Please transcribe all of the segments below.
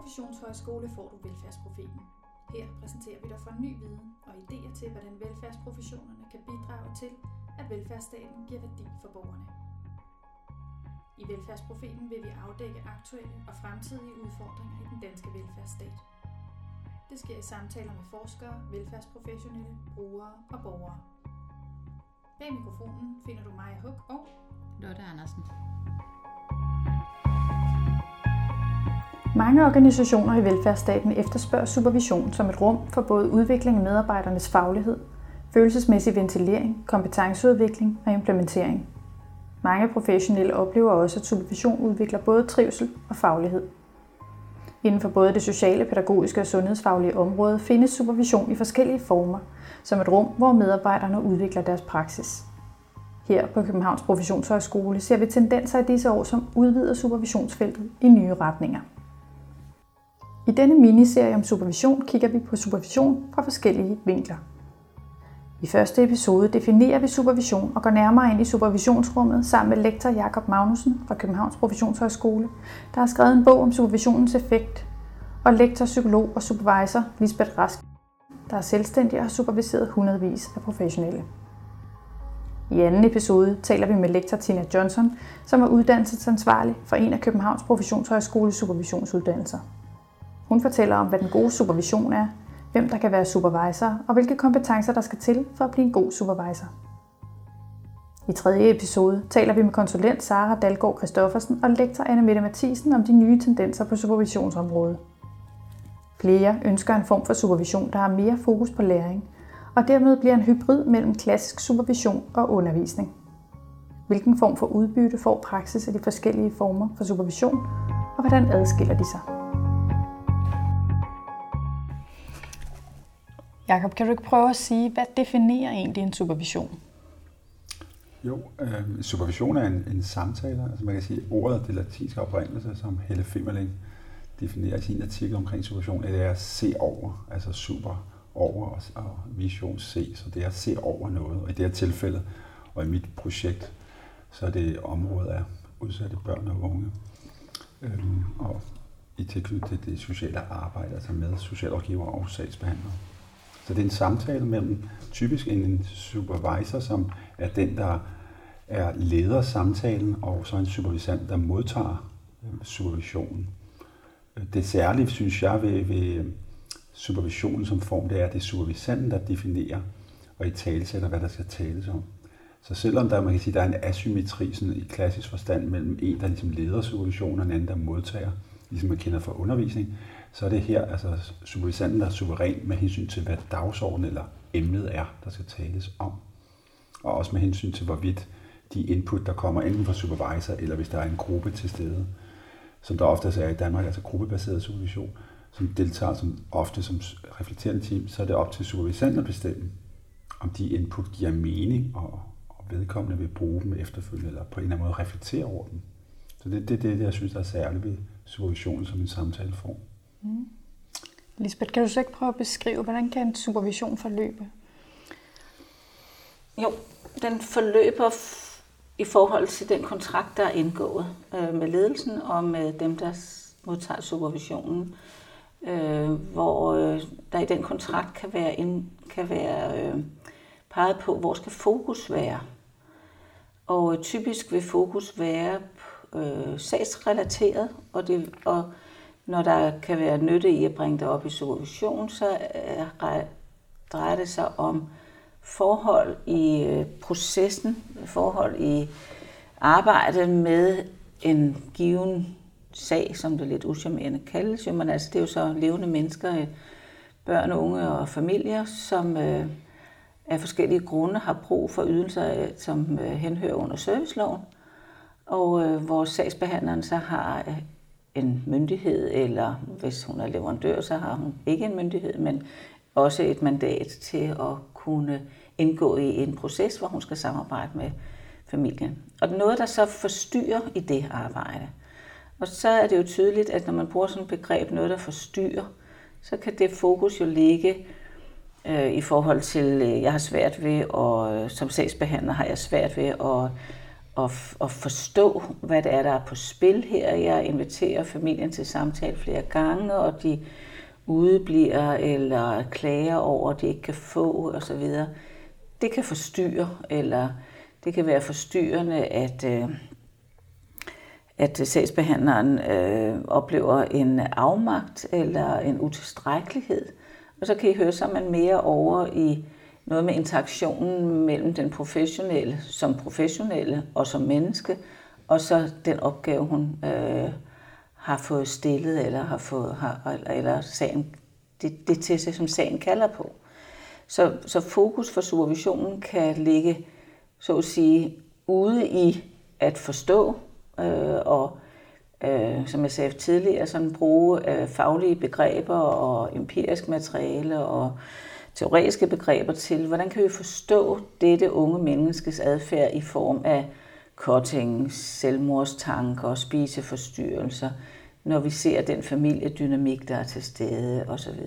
Professionshøjskole får du Velfærdsprofeten. Her præsenterer vi dig for ny viden og idéer til, hvordan velfærdsprofessionerne kan bidrage til, at velfærdsstaten giver værdi for borgerne. I Velfærdsprofeten vil vi afdække aktuelle og fremtidige udfordringer i den danske velfærdsstat. Det sker i samtaler med forskere, velfærdsprofessionelle, brugere og borgere. Bag mikrofonen finder du Maja Hug og Lotte Andersen. Mange organisationer i velfærdsstaten efterspørger supervision som et rum for både udvikling af medarbejdernes faglighed, følelsesmæssig ventilering, kompetenceudvikling og implementering. Mange professionelle oplever også, at supervision udvikler både trivsel og faglighed. Inden for både det sociale, pædagogiske og sundhedsfaglige område findes supervision i forskellige former, som et rum, hvor medarbejderne udvikler deres praksis. Her på Københavns Professionshøjskole ser vi tendenser i disse år, som udvider supervisionsfeltet i nye retninger. I denne miniserie om supervision kigger vi på supervision fra forskellige vinkler. I første episode definerer vi supervision og går nærmere ind i supervisionsrummet sammen med lektor Jakob Magnussen fra Københavns Professionshøjskole, der har skrevet en bog om supervisionens effekt, og lektor, psykolog og supervisor Lisbeth Rask, der er selvstændig og har superviseret hundredvis af professionelle. I anden episode taler vi med lektor Tina Johnson, som er uddannelsesansvarlig for en af Københavns Professionshøjskoles supervisionsuddannelser. Hun fortæller om, hvad den gode supervision er, hvem der kan være supervisor og hvilke kompetencer der skal til for at blive en god supervisor. I tredje episode taler vi med konsulent Sara Dalgaard Christoffersen og lektor Anne Mette Mathisen om de nye tendenser på supervisionsområdet. Flere ønsker en form for supervision, der har mere fokus på læring, og dermed bliver en hybrid mellem klassisk supervision og undervisning. Hvilken form for udbytte får praksis af de forskellige former for supervision, og hvordan adskiller de sig? Jakob, kan du ikke prøve at sige, hvad definerer egentlig en supervision? Jo, supervision er en samtale. Altså man kan sige, ordet det latinske oprindelse, som Helle Femmerling definerer i sin artikel omkring supervision, det er at se over, altså super over og vision se, så det er at se over noget. Og i det her tilfælde, og i mit projekt, så er det området af udsatte børn og unge. Og i tilknytning til det sociale arbejde, altså med socialrådgivere og sagsbehandlere. Så det er en samtale mellem typisk en supervisor, som er den, der er leder samtalen, og så en supervisant, der modtager supervisionen. Det særlige, synes jeg, ved supervisionen som form, det er, at det er supervisanten, der definerer og italesætter, hvad der skal tales om. Så selvom man kan sige, der er en asymmetri sådan i klassisk forstand mellem en, der ligesom leder supervisionen, og en anden, der modtager, ligesom man kender fra undervisning, så er det her altså supervisanten, der er suveræn med hensyn til, hvad dagsordenen eller emnet er, der skal tales om. Og også med hensyn til, hvorvidt de input, der kommer enten fra supervisor, eller hvis der er en gruppe til stede, som der ofte er i Danmark, altså gruppebaseret supervision, som deltager som ofte som reflekterende team, så er det op til supervisanten at bestemme, om de input giver mening, og vedkommende vil bruge dem efterfølgende, eller på en eller anden måde reflektere over dem. Så det er det, jeg synes, der er særligt ved supervisionen som en samtaleform. Mm. Lisbeth, kan du så ikke prøve at beskrive, hvordan kan en supervision forløbe? Jo, den forløber i forhold til den kontrakt, der er indgået med ledelsen og med dem, der modtager supervisionen, hvor der i den kontrakt kan være peget på, hvor skal fokus være. Og typisk vil fokus være sagsrelateret, og når der kan være nytte i at bringe det op i supervision, så drejer det sig om forhold i processen, forhold i arbejdet med en given sag, som det lidt uschammerende kaldes. Men altså, det er jo så levende mennesker, børn, unge og familier, som af forskellige grunde har brug for ydelser, som henhører under serviceloven. Og hvor sagsbehandleren så har en myndighed, eller hvis hun er leverandør, så har hun ikke en myndighed, men også et mandat til at kunne indgå i en proces, hvor hun skal samarbejde med familien. Og noget, der så forstyrrer i det arbejde. Og så er det jo tydeligt, at når man bruger sådan et begreb, noget der forstyrrer, så kan det fokus jo ligge i forhold til, jeg har svært ved, og som sagsbehandler har jeg svært ved at forstå, hvad det er, der er på spil her. Jeg inviterer familien til samtale flere gange, og de udebliver eller klager over, at de ikke kan få osv. Det kan forstyrre, eller det kan være forstyrrende, at sagsbehandleren oplever en afmagt eller en utilstrækkelighed. Og så kan I høre, så er man mere over i noget med interaktionen mellem den professionelle og som menneske, og så den opgave, hun har fået stillet, eller sagen, det til sig, som sagen kalder på. Så fokus for supervisionen kan ligge, så at sige, ude i at forstå, og som jeg sagde tidligere, sådan bruge faglige begreber og empirisk materiale og teoretiske begreber til, hvordan kan vi forstå dette unge menneskes adfærd i form af cutting, selvmordstanker og spiseforstyrrelser, når vi ser den familiedynamik, der er til stede osv.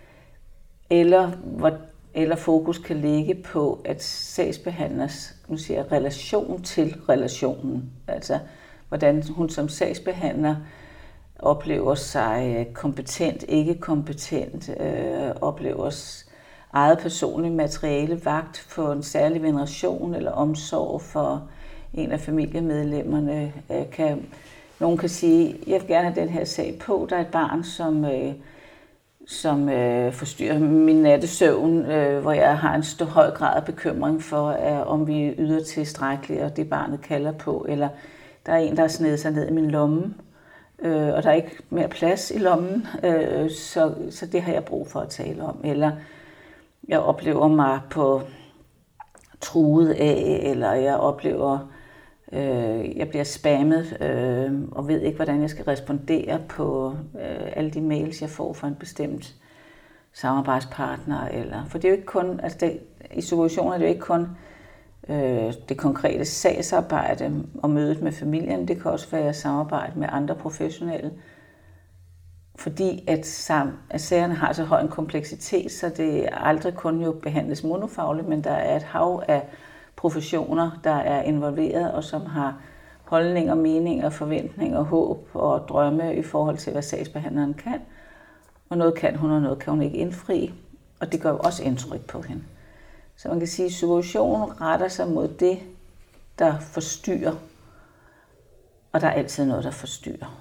Eller fokus kan ligge på, at sagsbehandlers relation til relationen, altså hvordan hun som sagsbehandler oplever sig kompetent, ikke kompetent, oplever eget personligt materiale, vagt for en særlig veneration eller omsorg for en af familiemedlemmerne. Nogen kan sige, jeg vil gerne have den her sag på. Der er et barn, som forstyrrer min nattesøvn, hvor jeg har en høj grad af bekymring for, om vi yder tilstrækkeligt, og det barnet kalder på. Eller der er en, der har snedet sig ned i min lomme, og der er ikke mere plads i lommen, så det har jeg brug for at tale om. Eller jeg oplever mig på truet af, eller jeg oplever, jeg bliver spammet og ved ikke, hvordan jeg skal respondere på alle de mails, jeg får fra en bestemt samarbejdspartner. For det er jo ikke kun, i situationer er det jo ikke kun det konkrete sagsarbejde og mødet med familien, det kan også være samarbejde med andre professionelle. Fordi at sagerne har så høj en kompleksitet, så det aldrig kun jo behandles monofagligt, men der er et hav af professioner, der er involveret og som har holdninger, meninger, forventninger, håb og drømme i forhold til, hvad sagsbehandleren kan. Og noget kan hun, og noget kan hun ikke indfri. Og det gør jo også indtryk på hende. Så man kan sige, at supervisionen retter sig mod det, der forstyrrer. Og der er altid noget, der forstyrrer.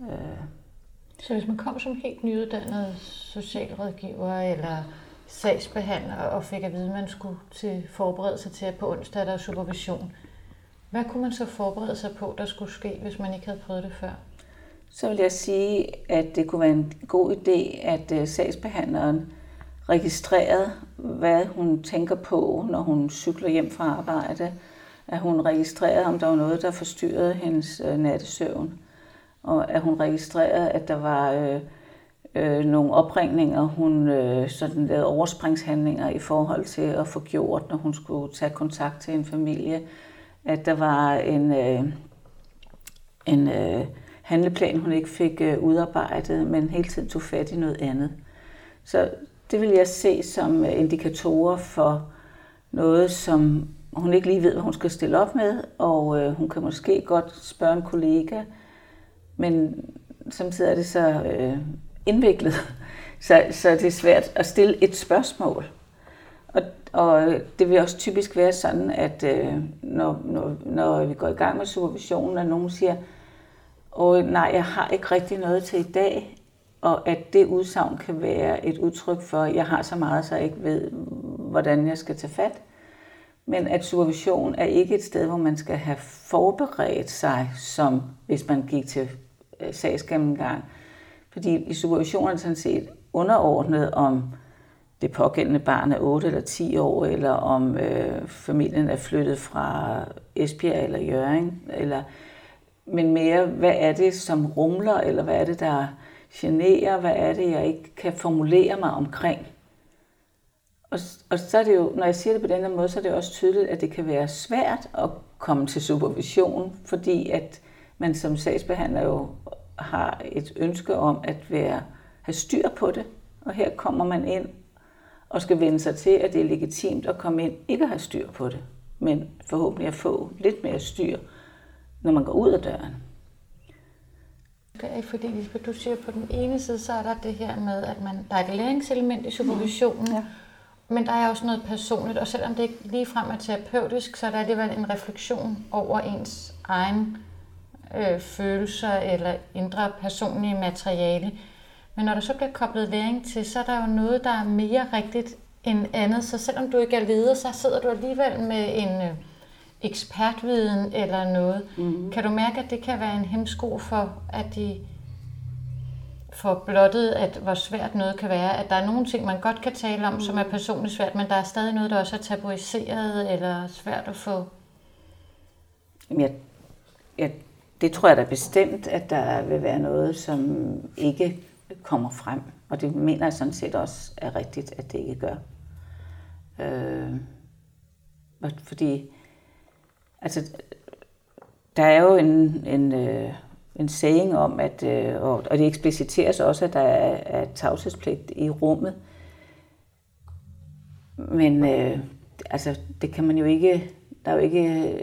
Så hvis man kom som helt nyuddannet socialrådgiver eller sagsbehandler og fik at vide, at man skulle forberede sig til, at på onsdag der er supervision, hvad kunne man så forberede sig på, der skulle ske, hvis man ikke havde prøvet det før? Så vil jeg sige, at det kunne være en god idé, at sagsbehandleren registrerede, hvad hun tænker på, når hun cykler hjem fra arbejde. At hun registrerede, om der var noget, der forstyrrede hendes nattesøvn. Og at hun registrerede, at der var nogle opringninger, hun sådan lavede overspringshandlinger i forhold til at få gjort, når hun skulle tage kontakt til en familie. At der var en handleplan, hun ikke fik udarbejdet, men hele tiden tog fat i noget andet. Så det vil jeg se som indikatorer for noget, som hun ikke lige ved, hvad hun skal stille op med, og hun kan måske godt spørge en kollega, men samtidig er det så indviklet, så det er svært at stille et spørgsmål. Og det vil også typisk være sådan, at når vi går i gang med supervisionen, og nogen siger, nej, jeg har ikke rigtig noget til i dag, og at det udsagn kan være et udtryk for, at jeg har så meget, så jeg ikke ved, hvordan jeg skal tage fat. Men at supervision er ikke et sted, hvor man skal have forberedt sig, som hvis man gik til sagsgennemgang. Fordi i supervision er det sådan set underordnet, om det pågældende barn er 8 eller 10 år, eller om familien er flyttet fra Esbjerg eller Hjørring. Men mere, hvad er det, som rumler, eller hvad er det, der generer, hvad er det, jeg ikke kan formulere mig omkring. Og så er det jo, når jeg siger det på den her måde, så er det også tydeligt, at det kan være svært at komme til supervision, fordi at man som sagsbehandler jo har et ønske om at have styr på det. Og her kommer man ind og skal vende sig til, at det er legitimt at komme ind, ikke at have styr på det, men forhåbentlig at få lidt mere styr når man går ud af døren. Det er fordi, Lisbeth, du siger, på den ene side, så er der det her med, at der er et læringselement i supervisionen, ja. Men der er også noget personligt, og selvom det ikke ligefrem er terapeutisk, så er der alligevel en refleksion over ens egen følelser eller indre personlige materiale. Men når der så bliver koblet læring til, så er der jo noget, der er mere rigtigt end andet. Så selvom du ikke er leder, så sidder du alligevel med en ekspertviden eller noget. Mm-hmm. Kan du mærke, at det kan være en hæmsko for, at de får blottet, at hvor svært noget kan være? At der er nogle ting, man godt kan tale om, som er personligt svært, men der er stadig noget, der også er tabuiseret eller svært at få? Det tror jeg da bestemt, at der vil være noget, som ikke kommer frem. Og det mener jeg sådan set også er rigtigt, at det ikke gør. Fordi altså, der er jo en saying om, at, og det ekspliciteres også, at der er tavshedspligt i rummet. Men altså, det kan man jo ikke, der er jo ikke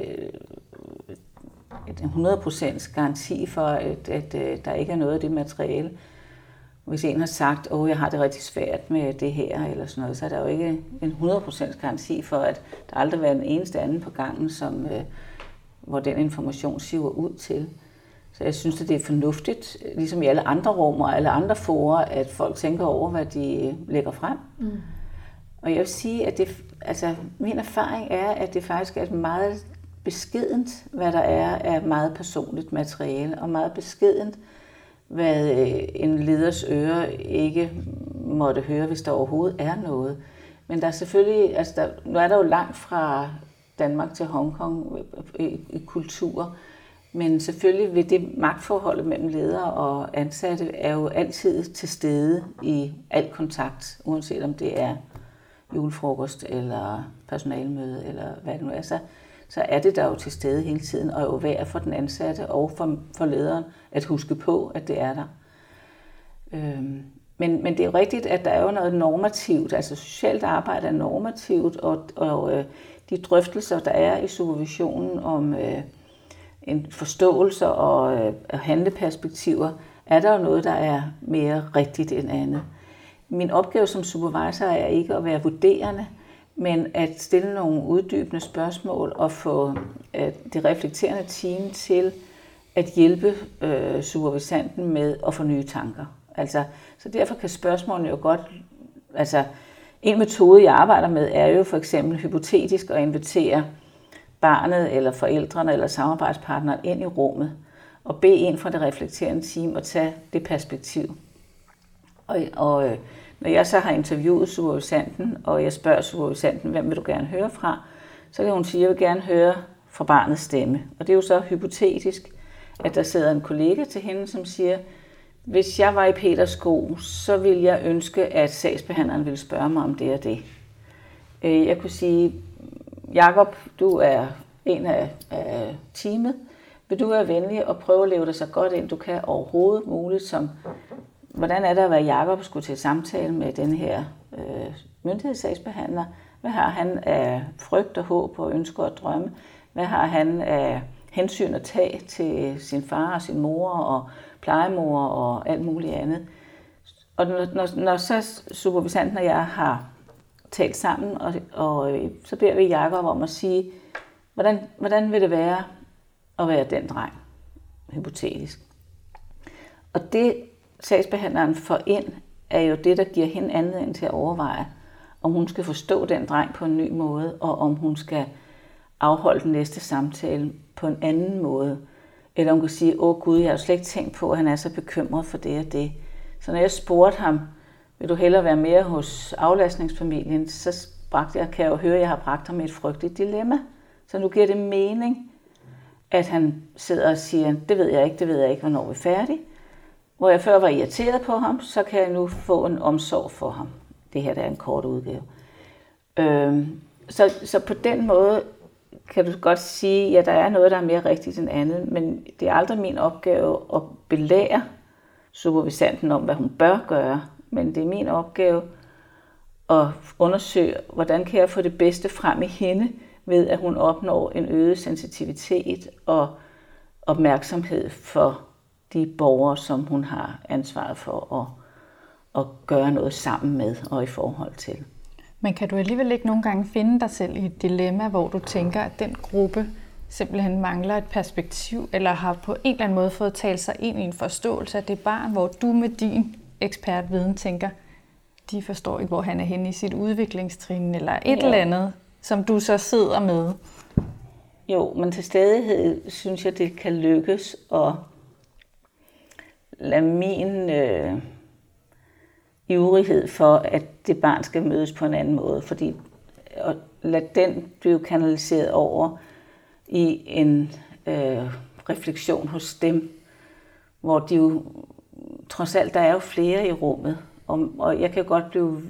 100% garanti for, at der ikke er noget af det materiale. Hvis en har sagt, jeg har det rigtig svært med det her, eller sådan noget, så er der jo ikke en 100% garanti for, at der aldrig vil være den eneste anden på gangen, hvor den information siver ud til. Så jeg synes, at det er fornuftigt, ligesom i alle andre rum og alle andre forer, at folk tænker over, hvad de lægger frem. Mm. Og jeg vil sige, at min erfaring er, at det faktisk er meget beskedent, hvad der er af meget personligt materiale, og meget beskedent, hvad en leders øre ikke måtte høre, hvis der overhovedet er noget. Men der er selvfølgelig, nu er der jo langt fra Danmark til Hongkong i kultur, men selvfølgelig vil det magtforholdet mellem ledere og ansatte er jo altid til stede i al kontakt, uanset om det er julefrokost eller personalemøde eller hvad det nu er. Så er det der jo til stede hele tiden, og jo værd for den ansatte og for lederen at huske på, at det er der. Men det er jo rigtigt, at der er jo noget normativt, altså socialt arbejde er normativt, og de drøftelser, der er i supervisionen om en forståelse og handleperspektiver, er der jo noget, der er mere rigtigt end andet. Min opgave som supervisor er ikke at være vurderende, men at stille nogle uddybende spørgsmål og få det reflekterende team til at hjælpe supervisanten med at få nye tanker. Så derfor kan spørgsmålene jo godt... en metode, jeg arbejder med, er jo for eksempel hypotetisk at invitere barnet eller forældrene eller samarbejdspartneren ind i rummet og bede en fra det reflekterende team at tage det perspektiv. Og når jeg så har interviewet supervisanten, og jeg spørger supervisanten, hvem vil du gerne høre fra, så kan hun sige, at jeg vil gerne høre fra barnets stemme. Og det er jo så hypotetisk, at der sidder en kollega til hende, som siger, hvis jeg var i Peters sko, så ville jeg ønske, at sagsbehandleren ville spørge mig om det og det. Jeg kunne sige, Jakob, du er en af teamet. Vil du være venlig og prøve at leve dig så godt ind, du kan overhovedet muligt, hvordan er det at være Jakob skulle til samtale med den her myndighedssagsbehandler? Hvad har han af frygt og håb og ønsker og drømme? Hvad har han af hensyn at tage til sin far og sin mor og plejemor og alt muligt andet? Og når så supervisanten og jeg har talt sammen, og så beder vi Jakob om at sige, hvordan vil det være at være den dreng, hypotetisk. Og det sagsbehandleren får ind, er jo det, der giver hende anledning til at overveje, om hun skal forstå den dreng på en ny måde, og om hun skal afholde den næste samtale på en anden måde. Eller hun kan sige, Gud, jeg har jo slet ikke tænkt på, at han er så bekymret for det og det. Så når jeg spurgte ham, vil du hellere være mere hos aflastningsfamilien, så kan jeg jo høre, at jeg har bragt ham et frygteligt dilemma. Så nu giver det mening, at han sidder og siger, det ved jeg ikke, hvornår vi er færdige. Hvor jeg før var irriteret på ham, så kan jeg nu få en omsorg for ham. Det her der er en kort udgave. Så på den måde kan du godt sige, ja, der er noget, der er mere rigtigt end andet, men det er aldrig min opgave at belære supervisanten om, hvad hun bør gøre, men det er min opgave at undersøge, hvordan kan jeg få det bedste frem i hende, ved at hun opnår en øget sensitivitet og opmærksomhed for de borgere, som hun har ansvaret for at gøre noget sammen med og i forhold til. Men kan du alligevel ikke nogle gange finde dig selv i et dilemma, hvor du tænker, at den gruppe simpelthen mangler et perspektiv, eller har på en eller anden måde fået talt sig ind i en forståelse af det barn, hvor du med din ekspertviden tænker, de forstår ikke, hvor han er henne i sit udviklingstrin, eller et eller andet, som du så sidder med? Jo, men til stadighed synes jeg, det kan lykkes at lade min ivrighed for, at det barn skal mødes på en anden måde, fordi at lade den blive kanaliseret over i en refleksion hos dem, hvor de jo, trods alt, der er jo flere i rummet, og jeg kan godt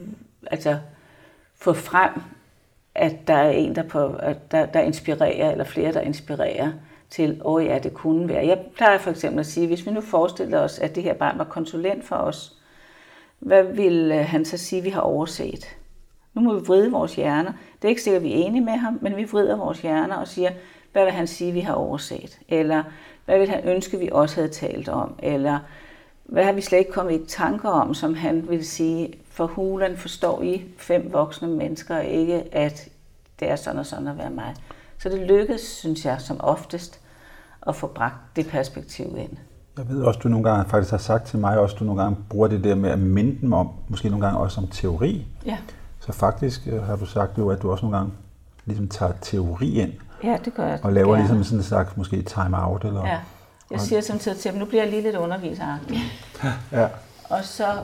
få frem, at der er en, der inspirerer, eller flere, der inspirerer til, ja, det kunne være. Jeg plejer for eksempel at sige, hvis vi nu forestiller os, at det her barn var konsulent for os, hvad vil han så sige, vi har overset? Nu må vi vride vores hjerner. Det er ikke sikkert, at vi er enige med ham, men vi vrider vores hjerner og siger, hvad vil han sige, vi har overset? Eller hvad vil han ønske, vi også havde talt om? Eller hvad har vi slet ikke kommet i tanker om, som han vil sige, for hulen forstår I 5 voksne mennesker ikke, at det er sådan og sådan at være mig. Så det lykkedes, synes jeg, som oftest, at få bragt det perspektiv ind. Jeg ved også, du nogle gange faktisk har sagt til mig, også du nogle gange bruger det der med at minde dem om, måske nogle gange også om teori. Ja. Så faktisk har du sagt jo, at du også nogle gange ligesom tager teori ind. Ja, det gør jeg. Og laver ligesom sådan en slags måske time-out. Eller, ja. Jeg siger samtidig til dem, nu bliver jeg lige lidt underviseragtig. Ja. Og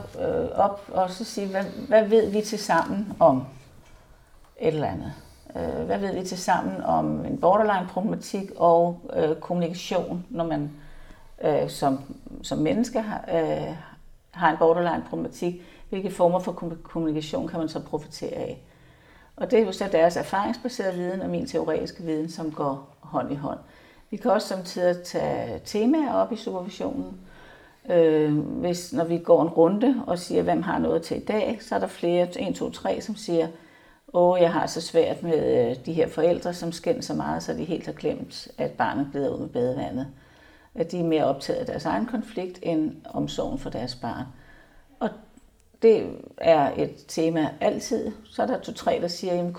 så sige, hvad ved vi til sammen om et eller andet? Hvad ved vi til sammen om en borderline-problematik og kommunikation, når man som menneske har en borderline-problematik? Hvilke former for kommunikation kan man så profitere af? Og det er jo så deres erfaringsbaserede viden og min teoretiske viden, som går hånd i hånd. Vi kan også samtidig tage temaer op i supervisionen. Når vi går en runde og siger, hvem har noget til i dag, så er der flere, 1, 2, 3, som siger, jeg har så svært med de her forældre, som skændes så meget, så de helt har glemt, at barnet glider ud med badevandet. At de er mere optaget af deres egen konflikt, end omsorgen for deres barn. Og det er et tema altid. Så er der 2, 3, der siger, jamen,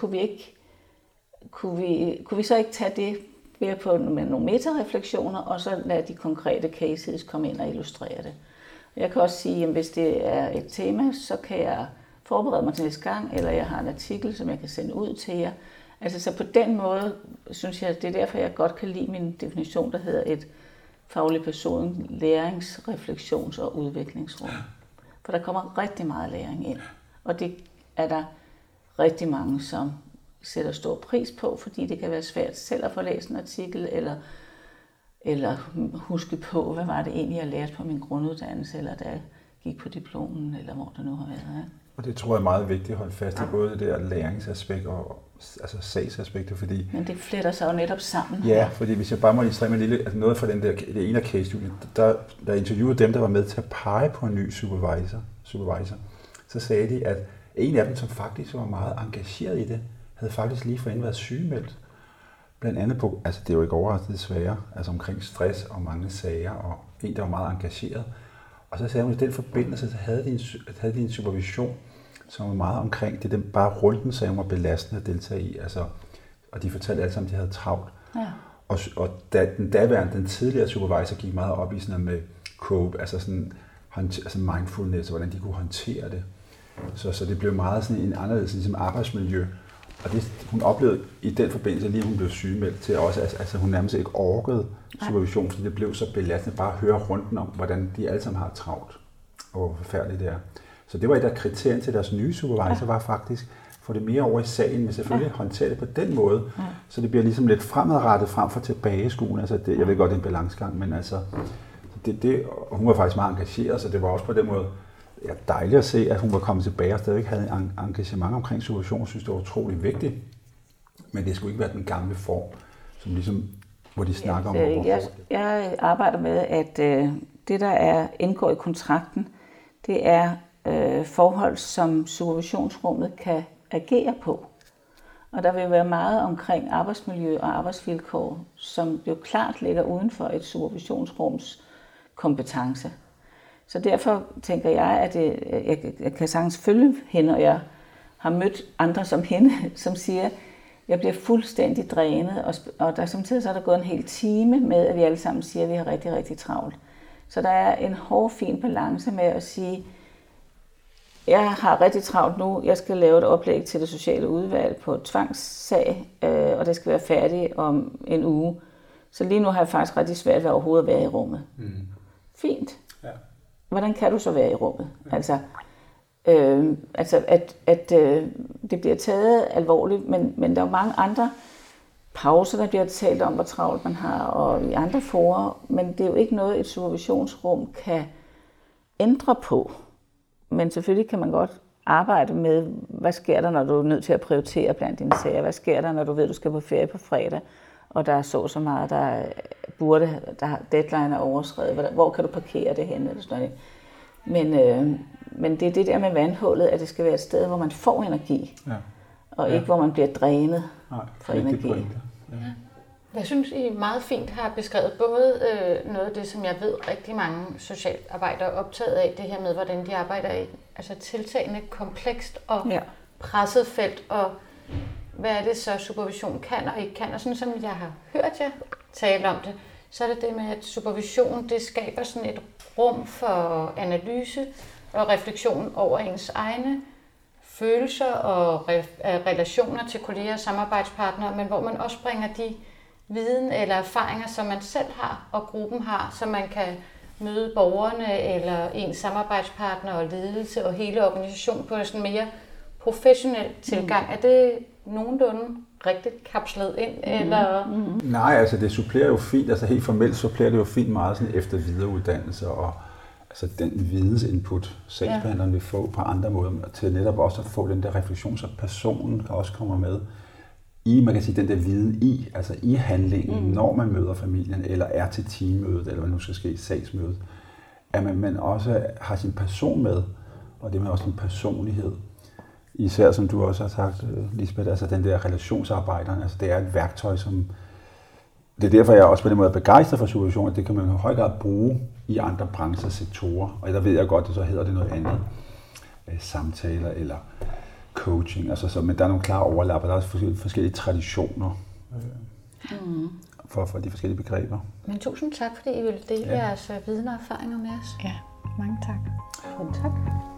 kunne vi så ikke tage det med nogle metarefleksioner, og så lade de konkrete cases komme ind og illustrere det. Jeg kan også sige, at hvis det er et tema, så kan jeg forberede mig til næste gang, eller jeg har en artikel, som jeg kan sende ud til jer. Altså så på den måde, synes jeg, det er derfor, jeg godt kan lide min definition, der hedder et faglig person, lærings-, refleksions- og udviklingsrum. For der kommer rigtig meget læring ind, og det er der rigtig mange, som sætter stor pris på, fordi det kan være svært selv at få læst en artikel, eller huske på, hvad var det egentlig, jeg lærte på min grunduddannelse, eller da jeg gik på diplomen, eller hvor det nu har været. Ja. Og det tror jeg er meget vigtigt at holde fast i, både det der læringsaspekt og altså sagsaspekter, fordi... Men det fletter sig jo netop sammen. Ja, fordi hvis jeg bare må illustrere med lille, altså noget fra det ene af case-studien, der interviewede dem, der var med til at pege på en ny supervisor, så sagde de, at en af dem, som faktisk var meget engageret i det, havde faktisk lige forinden været sygemeldt. Blandt andet på, altså det er jo ikke overraskende desværre, altså omkring stress og mange sager, og en, der var meget engageret. Og så sagde hun, at i den forbindelse, så havde de en supervision, som var meget omkring det, bare runden sagde hun var belastende at deltage i, altså, og de fortalte alle sammen, at de havde travlt. Ja. Og da den tidligere supervisor gik meget op i sådan med cope, altså mindfulness, og hvordan de kunne håndtere det. Så det blev meget sådan en anderledes ligesom arbejdsmiljø. Og det, hun oplevede i den forbindelse, lige hun blev sygemeldt til også, altså hun nærmest ikke orkede supervision, fordi det blev så belastende bare at høre runden om, hvordan de alle sammen har travlt, og hvor forfærdeligt det er. Så det var et af kriterierne til deres nye supervisor, var faktisk få det mere over i sagen, men selvfølgelig håndtere det på den måde, så det bliver ligesom lidt fremadrettet frem for tilbageskuende. Altså det, jeg ved godt, det er en balancegang, men altså, og hun var faktisk meget engageret, så det var også på den måde dejligt at se, at hun var kommet tilbage og stadig havde en engagement omkring supervision. Jeg synes, det var utrolig vigtigt, men det skulle ikke være den gamle form, som ligesom, hvor de snakker om jeg arbejder med, at det, der indgår i kontrakten, det er forhold, som supervisionsrummet kan agere på. Og der vil være meget omkring arbejdsmiljø og arbejdsvilkår, som jo klart ligger uden for et supervisionsrums kompetence. Så derfor tænker jeg, at jeg kan sagtens følge hende, og jeg har mødt andre som hende, som siger, at jeg bliver fuldstændig drænet, og der samtidig så er der gået en hel time med, at vi alle sammen siger, at vi har rigtig, rigtig travlt. Så der er en hårfin balance med at sige, jeg har rigtig travlt nu, jeg skal lave et oplæg til det sociale udvalg på et tvangssag, og det skal være færdigt om en uge. Så lige nu har jeg faktisk rigtig svært ved overhovedet at være i rummet. Fint. Ja. Hvordan kan du så være i rummet? Ja. Altså at det bliver taget alvorligt, men der er jo mange andre pauser, der bliver talt om, hvor travlt man har, og i andre forer, men det er jo ikke noget, et supervisionsrum kan ændre på. Men selvfølgelig kan man godt arbejde med, hvad sker der, når du er nødt til at prioritere blandt dine sager? Hvad sker der, når du ved, at du skal på ferie på fredag, og der er så meget, der deadline er overskredet? Hvor kan du parkere det henne? Eller sådan noget. Men det er det der med vandhullet, at det skal være et sted, hvor man får energi, og ikke hvor man bliver drænet for energi. Ja. Jeg synes, I meget fint har beskrevet både noget af det, som jeg ved rigtig mange socialarbejdere er optaget af, det her med, hvordan de arbejder i altså tiltagende komplekst og presset felt, og hvad er det så supervision kan og ikke kan. Og sådan som jeg har hørt jer tale om det, så er det det med, at supervision det skaber sådan et rum for analyse og refleksion over ens egne følelser og relationer til kolleger og samarbejdspartnere, men hvor man også bringer de viden eller erfaringer, som man selv har og gruppen har, så man kan møde borgerne eller ens samarbejdspartner og ledelse og hele organisationen på en sådan mere professionel tilgang. Er det nogenlunde rigtigt kapslet ind? Eller? Nej, altså det supplerer jo fint, altså helt formelt supplerer det jo fint meget sådan efter videreuddannelse og altså den vidensinput, sagsbehandleren vil få på andre måder, til netop også at få den der refleksion, så personen kan også komme med i, man kan sige, den der viden i, altså i handlingen, når man møder familien, eller er til teammødet, eller hvad nu skal ske, sagsmødet, at man også har sin person med, og det med også sin personlighed. Især som du også har sagt, Lisbeth, altså den der relationsarbejderen, altså det er et værktøj, som det er derfor, jeg også på den måde er begejstret for supervision, at det kan man i høj grad bruge i andre brancher, sektorer, og der ved jeg godt, at så hedder det noget andet, samtaler eller coaching, altså så, men der er nogle klare overlap, og der er også forskellige traditioner for de forskellige begreber. Men tusind tak, fordi I ville dele jeres viden og erfaringer med os. Ja, mange tak. Tak.